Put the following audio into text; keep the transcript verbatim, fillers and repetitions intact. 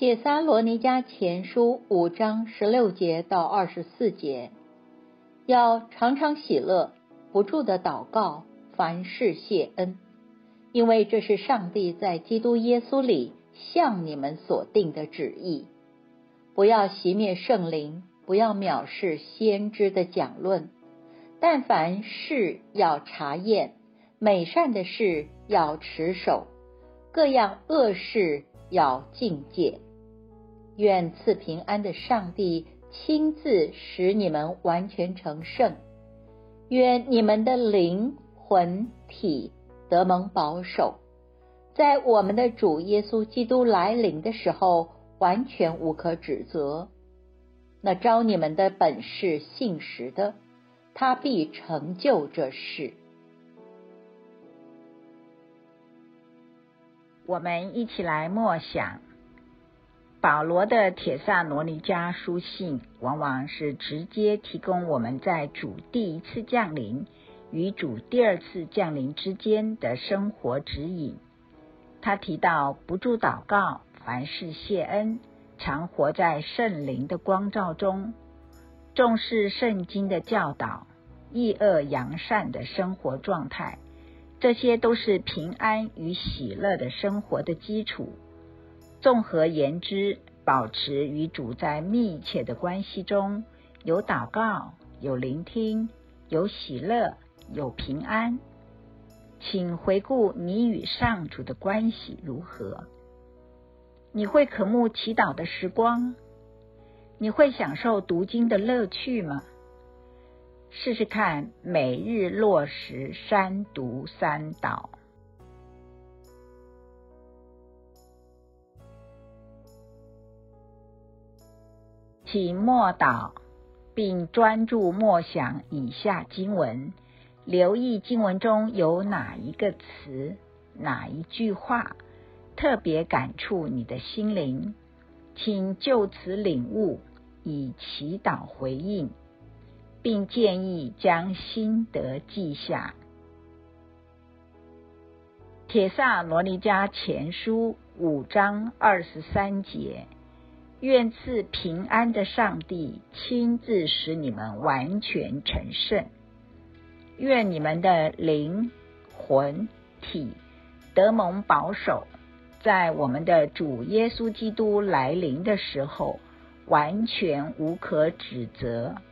帖撒罗尼迦前书五章十六节到二十四节，要常常喜乐，不住的祷告，凡事谢恩，因为这是上帝在基督耶稣里向你们所定的旨意。不要熄灭圣灵，不要藐视先知的讲论，但凡事要查验，美善的事要持守，各样恶事要禁戒。愿赐平安的上帝亲自使你们完全成圣，愿你们的灵魂体得蒙保守，在我们的主耶稣基督来临的时候完全无可指责。那招你们的本是信实的，他必成就这事。 我们一起来默想保罗的帖撒罗尼迦书信，往往是直接提供我们在主第一次降临与主第二次降临之间的生活指引。他提到不住祷告，凡事谢恩，常活在圣灵的光照中，重视圣经的教导，抑恶扬善的生活状态，这些都是平安与喜乐的生活的基础。综合言之，保持与主在密切的关系中，有祷告，有聆听，有喜乐，有平安。请回顾你与上主的关系如何？你会渴慕祈祷的时光？你会享受读经的乐趣吗？试试看每日落实三读三祷。请默祷，并专注默想以下经文，留意经文中有哪一个词，哪一句话特别感触你的心灵，请就此领悟，以祈祷回应，并建议将心得记下。帖撒罗尼迦前书五章二十三节，愿赐平安的上帝亲自使你们完全成圣，愿你们的灵魂体得蒙保守，在我们的主耶稣基督来临的时候完全无可指责。